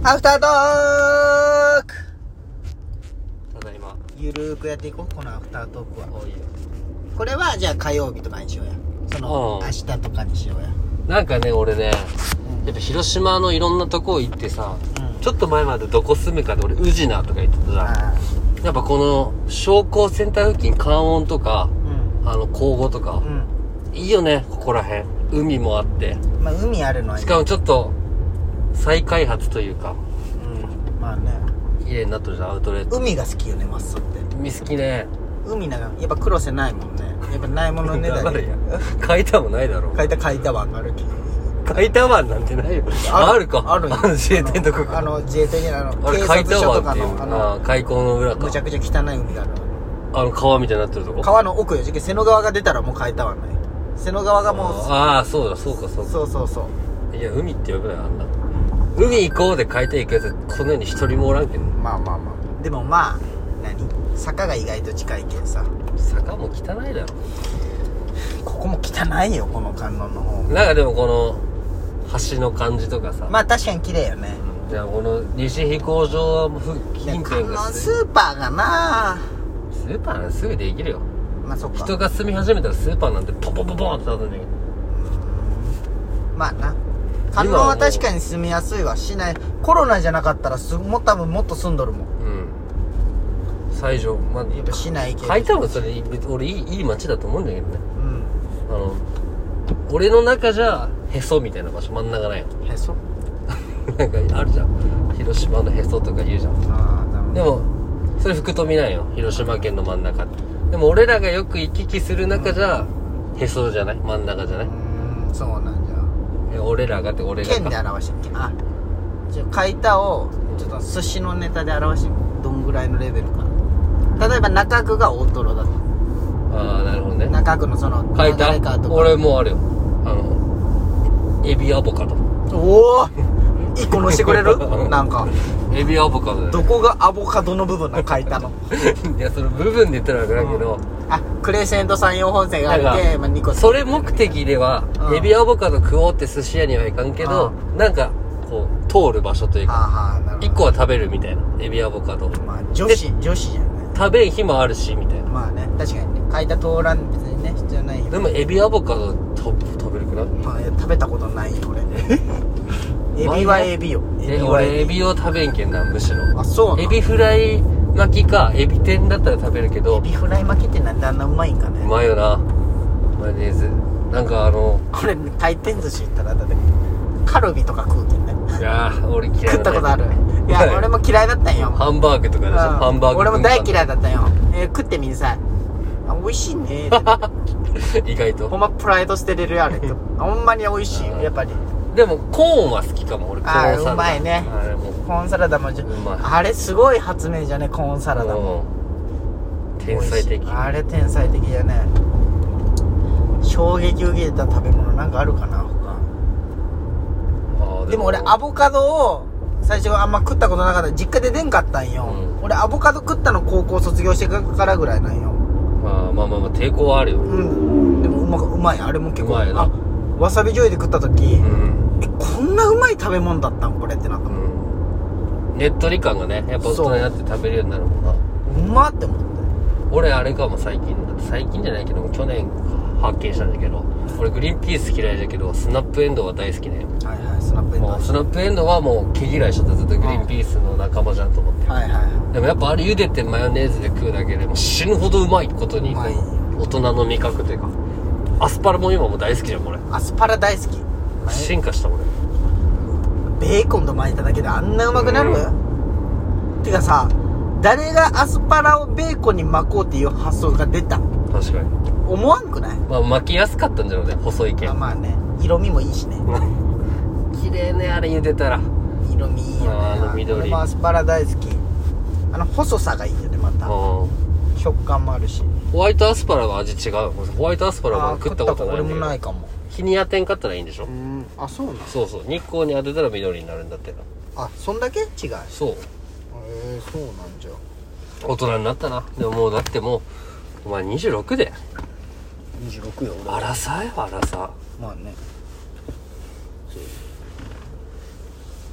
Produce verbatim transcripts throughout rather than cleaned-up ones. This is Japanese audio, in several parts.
アフタートーク。 ただいまゆるーくやっていこう、このアフタートークは。 多いよ。 これはじゃあ火曜日とかにしようや。そのうん明日とかにしようや。 なんかね俺ね、 うんやっぱ広島のいろんなとこ行ってさ、 うんちょっと前までどこ住むかで俺宇品とか言ってたじゃん。 あやっぱこの商工センター付近関温とかーあの甲後とか、 うんいいよねここら辺。海もあってうん。まあ海あるのはいい。 しかもちょっと再開発というかうん。まあね。 綺麗になってるじゃん、アウトレット。 海が好きよね、マッソって。 海好きね。 海なんかやっぱ黒瀬ないもんね。やっぱないものねだり。 わかるやん。書いたもないだろ。 書いた書いたわかるけど。 書いたわなんてないよ。あるか。 あるよあの自衛隊のとこか。 あの自衛隊にあのあれ警書いた察署とかわっていう。 のあのああ、開口の裏かむち。ゃくちゃ汚い海がある。 あの川みたいになってるとこ。 川の奥よ。じゃけ瀬野川が出たらもう書いたわない。瀬野川がもうああ、そうだ、そうか、そうか。 そうそうそう。 いや、海って呼ぶなよ、あんな。海行こうで海底行くやつ、この世に一人もおらんけど。 まあまあまあでもまあ何坂が意外と近いけんさ、 坂も汚いだろ。 ここも汚いよこの観音の方。 なんかでもこの、橋の感じとかさ。 まあ確かに綺麗よね。 じゃあこの西飛行場近辺観音がすスーパーがなスーパーなんてすぐできるよ。 まあそっか人が住み始めたらスーパーなんてポポポポンって立つんだけど。 まあな観音は確かに住みやすいわ。市内コロナじゃなかったらすも多分もっと住んどるもん。 うん最初まあやっぱ市内系書いたもそれ俺いいいい街だと思うんだけどね。 うんあの俺の中じゃへそみたいな場所真ん中ないよ。 へそなんかあるじゃん、広島のへそとか言うじゃん。 ああなるほど。 でもそれ福富なんよ、広島県の真ん中って。でも俺らがよく行き来する中じゃへそじゃない、真ん中じゃない。 うーんそうなんじゃ。 え俺らがって俺がか県で表してみて。あじゃあ書いたをちょっと寿司のネタで表してみて。どんぐらいのレベルか。例えば中区が大トロだと。 ああなるほどね。 中区のその書いた流れ川とか。 俺もうあるよ、あのエビアボカド。 おお一個のしてくれるなんかエビアボカドだよね。 どこがアボカドの部分なの書いたのいやその部分で言ったらわからんけど、 あクレセント山陽本線があっなんかてまあ、にこそれ目的では、 うんエビアボカド食おうって寿司屋にはいかんけど、なんかこう通る場所というかああなるほど。 一個は食べるみたいな、エビアボカドまあ女子女子じゃんね。 食べん日もあるしみたいな。 まあね確かにね書いた通らん別にね必要ない日でもエビアボカドと食べるくない？ まあいや食べたことないよ俺エビはエビよ。 えは俺エビを食べんけんな、むしろ。 あそうなの。 エビフライ巻きかエビ天だったら食べるけど、 エビフライ巻きってなんであんなうまいんかね。 うまいよなマヨネーズ。なんかあのこれ回転寿司行ったらだってカルビとか食うけんね。 いやー俺嫌いな食ったことある。いはいや俺も嫌いだったんよ。 ハンバーグとかでしょ、 うんハンバーグ俺も大嫌いいだったんよ。えー食ってみんさい。あ美味しいねーって意外と。 ほんまプライド捨てれるよあれと。ほんまに美味しいよやっぱり。 でもコーンは好きかも俺。コーンサラダあーうまいねあれもコーンサラダもじゃうまいあれすごい発明じゃねコーンサラダも。 うん天才的。 あれ天才的じゃね。衝撃受けた食べ物なんかあるかな他。 あーでも俺アボカドを最初あんま食ったことなかった。実家で出んかったんよ、 うん俺アボカド食ったの高校卒業してからぐらいなんよ。 まあまあまあまあ抵抗はあるよ。 うんでもうまうまいあれも結構うまいなあわさび醤油で食った時、 うんえこんなうまい食べ物だったんこれってなったうもん、 んねっとり感がねやっぱ大人になって食べるようになるもんな。 うまって思って。 俺あれかも最近だって最近じゃないけど去年発見したんだけど、俺グリーンピース嫌いだけどスナップエンドウは大好きね。 はいはいスナップエンドウもうスナップエンドウはもう毛嫌いしとったずっとグリーンピースの仲間じゃんと思って。 はいはいはでもやっぱあれ茹でてマヨネーズで食うだけでもう死ぬほどうまいことにうまい大人の味覚というか、アスパラも今もう大好きじゃんこれ。 い。アスパラ大好き。 進化した俺。 ベーコンと巻いただけであんなうまくなる、 うてかさ誰がアスパラをベーコンに巻こうっていう発想が出た確かに。 思わんくない？ まあ巻きやすかったんじゃろうね、細いけん。 あまあね色味もいいしね。 綺麗ねあれ茹でたら。 色味いいよね。 あーあの緑俺もアスパラ大好き。あの細さがいいよねまた。 ホ食感もあるし。 ワイトアスパラは味違う。ホワイトアスパラは食ったことないんだけど。 俺もないかも。 日に当てんかったらいいんでしょ。 うんあそうなの。 そうそう、日光に当てたら緑になるんだってな。 あそんだけ違う。 そうへえそうなんじゃ。 大人になったな。でももうだってもうお前にじゅうろくでにじゅうろくよ俺。 アラサーよアラサまあね。 ー。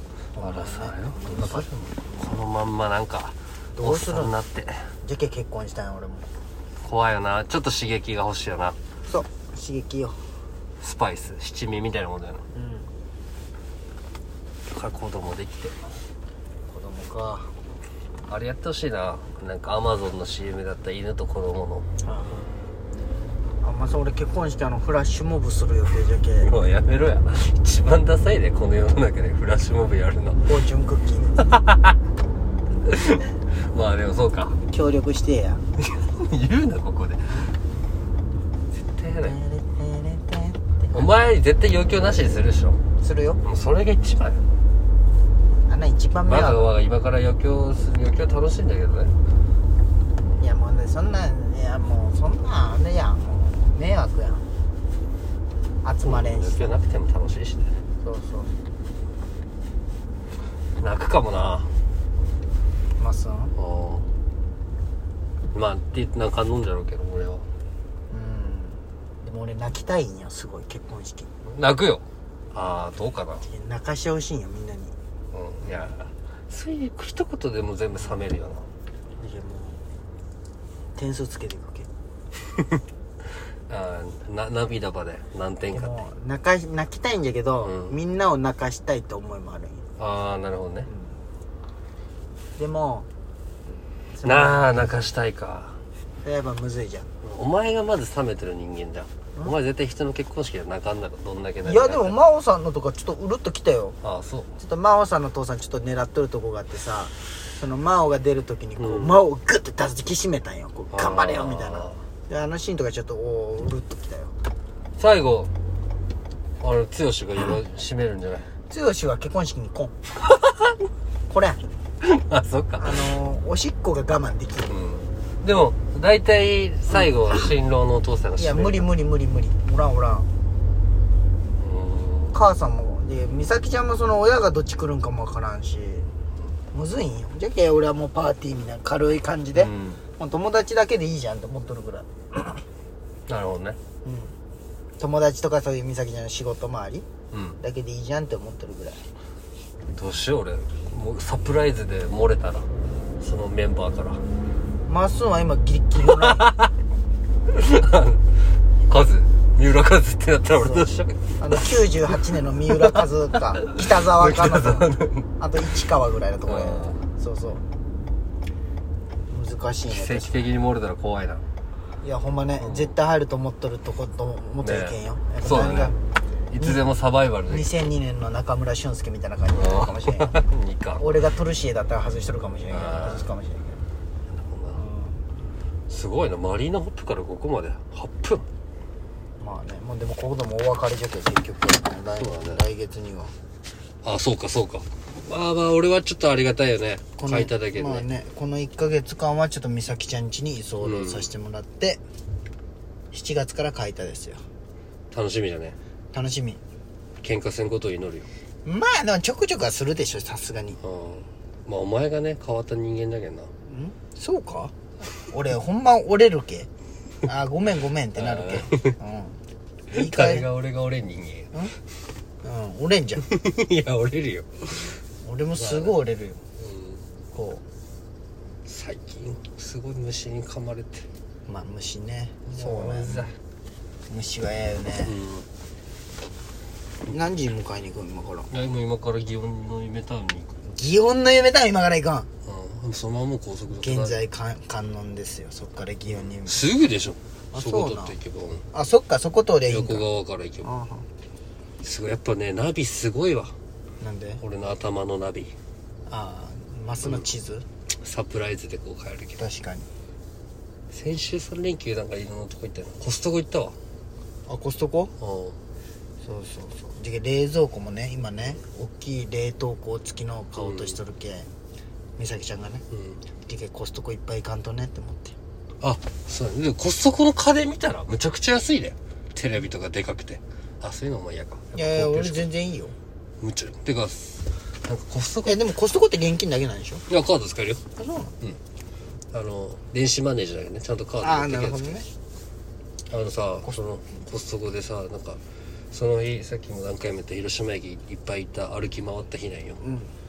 あらさよどんな感じこのまんまなんかどうするおっさんになってじゃけ結婚したんよ俺も。 怖いよな。ちょっと刺激が欲しいよな。 そう刺激よ。 スパイス七味みたいなもんだよな。 うん。 だから子供できて子供か。 あれやってほしいな。なんかアマゾンの シーエム だった犬と子供の。 あまあそう俺結婚式あのフラッシュモブする予定じゃけ。 もうやめろや。一番ダサいねこの世の中でフラッシュモブやるの。 フォーチュンクッキーまあでもそうか。 協力してや。 言うなここで。絶対やだよ。お前絶対要求なしにするでしょ。 するよ。 もうそれが一番よ。 あんな一番目バカはは今から余興する余興楽しいんだけどね。 いやもうねそんなんいやもうそんなんあれやんもう迷惑やん。集まれんし。 余興なくても楽しいしね。 そうそう泣くかもな。 まっすん。 うんまあってなんか飲んじゃろうけど俺はうんでも俺泣きたいんよすごい結婚式。 泣くよ。ああどうかな。 泣かしてほしいんよみんなに。 うんいやそういう一言でも全部冷めるよないやもう点数つけていくけ。 あーな涙場で何点でかって。 も泣かし泣きたいんじゃけど、 うんみんなを泣かしたいって思いもあるんよ。 ああなるほどね。 でもそのなあ泣かしたいか。 やっぱむずいじゃん。 お前がまず冷めてる人間じゃん。お前絶対人の結婚式で泣かんだろ。どんだけ泣いやでも真央さんのとかちょっとうるっときたよ。 ああそうちょっと真央さんの父さんちょっと狙っとるとこがあってさ、その真央が出るときにこう、 うん真央をグッて抱きしめたんよ。こう頑張れよみたいなあ。 であのシーンとかちょっとおーうるっときたよ。 最後あの剛が今締めるんじゃない。 剛は結婚式に来ん。これあそっか。 あのー、おしっこが我慢できる。 うんでも大体最後は新郎のお父さんが締める。 いや無理無理無理無理。おらんおらん。 うん母さんもで美咲ちゃんもその親がどっち来るんかもわからんしむずいんよ。じゃけ俺はもうパーティーみたいな軽い感じで、 うんもう友達だけでいいじゃんって思っとるぐらい。 なるほどね。 うん、友達とかそういう美咲ちゃんの仕事周りうんだけでいいじゃんって思ってるぐらい。 どうしよう俺もうサプライズで漏れたらそのメンバーからまっすんは今ギリッギリのラカズ三浦カズってなったら俺どうしよう。 あのきゅうじゅうはちねんの三浦和か北沢かのあと市川ぐらいのところや。そうそう難しいね。 奇跡的に漏れたら怖いな。 いやほんまね、うん、絶対入ると思っとるとこと思っちゃいけんよ、ね、 そうだね。いつでもサバイバルでにせんにねんの中村俊輔みたいな感じになるかもしれんよにか俺がトルシエだったら外しとるかもしれんけど外すかもしれんけど、 うん、すごいな。マリーナホップからここまではっぷん。 まあねもうでもここでもお別れじゃけ結局来, ね、来月には。 あそうかそうか。まあまあ俺はちょっとありがたいよね書いただけでね。 まあねこのいっかげつかんはちょっと美咲ちゃん家に居候させてもらって、うん、しちがつから書いたですよ。 楽しみだね。 楽しみ。 喧嘩せんことを祈るよ。 まあでもちょくちょくはするでしょさすがに。 うんまあお前がね変わった人間だけどな。んそうか俺ほんま折れるけあごめんごめんってなるけうん言い換えが俺が折れん人間うんうん折れんじゃんいや折れるよ。 俺もすごい折れるよ、うん、こう最近すごい虫に噛まれて。 まあ虫ねそうね虫は嫌よね、うん、何時に迎えに行く今から。 いやもう今から祇園の夢タウンに行く。 祇園の夢タウン今から行かん。 うん、そのまま高速だったら現在観音ですよ。そっから祇園にすぐでしょ。 あそこ通って行けば。 あそっかそこ通りゃいいんか。 横側から行けばすごい。やっぱねナビすごいわ。 なんで俺の頭のナビ。 ああマスの地図、うん、 サプライズでこう変えるけど。 確かに先週さん連休なんかいろんなとこ行ったよ。コストコ行ったわ。 あコストコ。 うんそうそうそう。で冷蔵庫もね今ね大きい冷凍庫付きの買おうとしとるけ、うん、美咲ちゃんがね、うん、でコストコいっぱい行かんとねって思って。 あそうでコストコの家電見たらむちゃくちゃ安いね。テレビとかでかくて。あそういうのも嫌か。 いやいや俺全然いいよ。 むちゃてかなんかコストコえでもコストコって現金だけなんでしょ。 いやカード使えるよ。 あそうなの。 うんあの電子マネージャーだけどねちゃんとカードああなるほどね。 あのさそのコストコでさなんかその日さっきも何回も言った広島駅いっぱい行った歩き回った日なんよ、うん、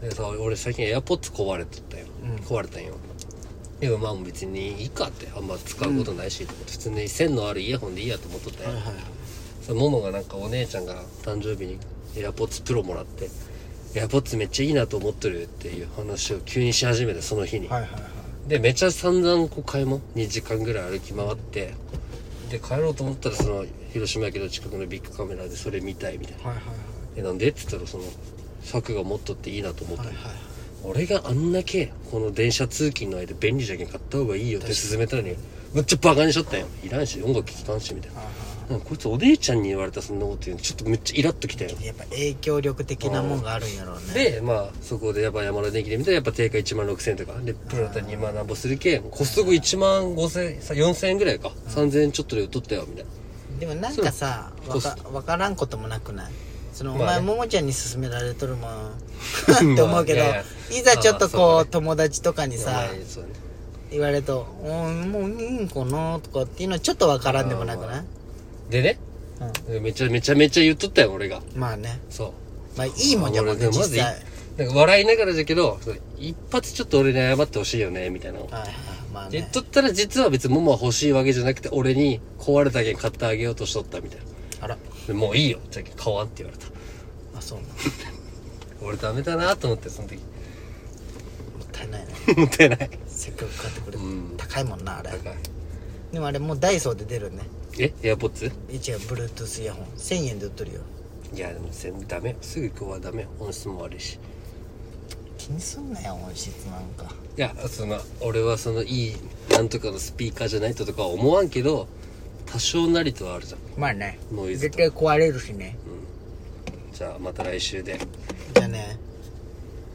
でさ俺最近エアポッツ壊れとったよ、 うん、 壊れたんよ。でもまあ別にいいかってあんま使うことないし、うん、普通に線のあるイヤホンでいいやと思っとったよ、はいはいはい、そのモモがなんかお姉ちゃんが誕生日にエアポッツプロもらってエアポッツめっちゃいいなと思ってるっていう話を急にし始めてその日に、はいはいはい、でめっちゃ散々こう買い物にじかんぐらい歩き回ってで帰ろうと思ったらその広島駅の近くのビッグカメラでそれ見たいみたいな、はいはいはい、でなんでって言ったらその柵が持っとっていいなと思った、はいはい、俺があんだけこの電車通勤の間便利じゃけん買った方がいいよって勧めたのにめっちゃバカにしとったよ。いらんし音楽聴かんしみたいな、はいはい、なんかこいつお姉ちゃんに言われたそんなこと言うのちょっとめっちゃイラッときたよ。 やっぱ影響力的なもんがあるんやろうね。 でまあそこでやっぱ山田電機で見たらやっぱ定価いちまんろくせんえんとかでプロだったらにまんなんぼするけんコストコいちまんごせんえんよんせんえんぐらいか、うん、さんぜんえんちょっとで売っとったよみたいな。でもなんかさわか分からんこともなくないその、まあね、お前ももちゃんに勧められとるもんって思うけど、まあ、い, やいざちょっとこう、ね、友達とかにさ、ね、言われると「もういいんかな」とかっていうのはちょっと分からんでもなくない。 でね、うん、めちゃめちゃめちゃ言っとったよ俺が。 まあねそうまあいいもんじゃもんね実際なんか笑いながらだけど一発ちょっと俺に謝ってほしいよねみたいな、はいはいまあね、言っとったら実は別にモモは欲しいわけじゃなくて俺に壊れたけん買ってあげようとしとったみたいな。あらでもういいよじゃあ買わんって言われた。 あそうな俺ダメだなと思ってその時もったいないねもったいないせっかく買ってくれて、うん、高いもんなあれ。高いでもあれもうダイソーで出るね。 えエアポッツ一応 Bluetooth イヤホンせんえんで売っとるよ。 いやでも全部ダメすぐ今日はダメ音質も悪いし。 気にすんなよ音質なんか。 いやその俺はそのいいなんとかのスピーカーじゃないととかは思わんけど多少なりとはあるじゃん。 まあねノイズ絶対壊れるしね、 うん、じゃあまた来週で。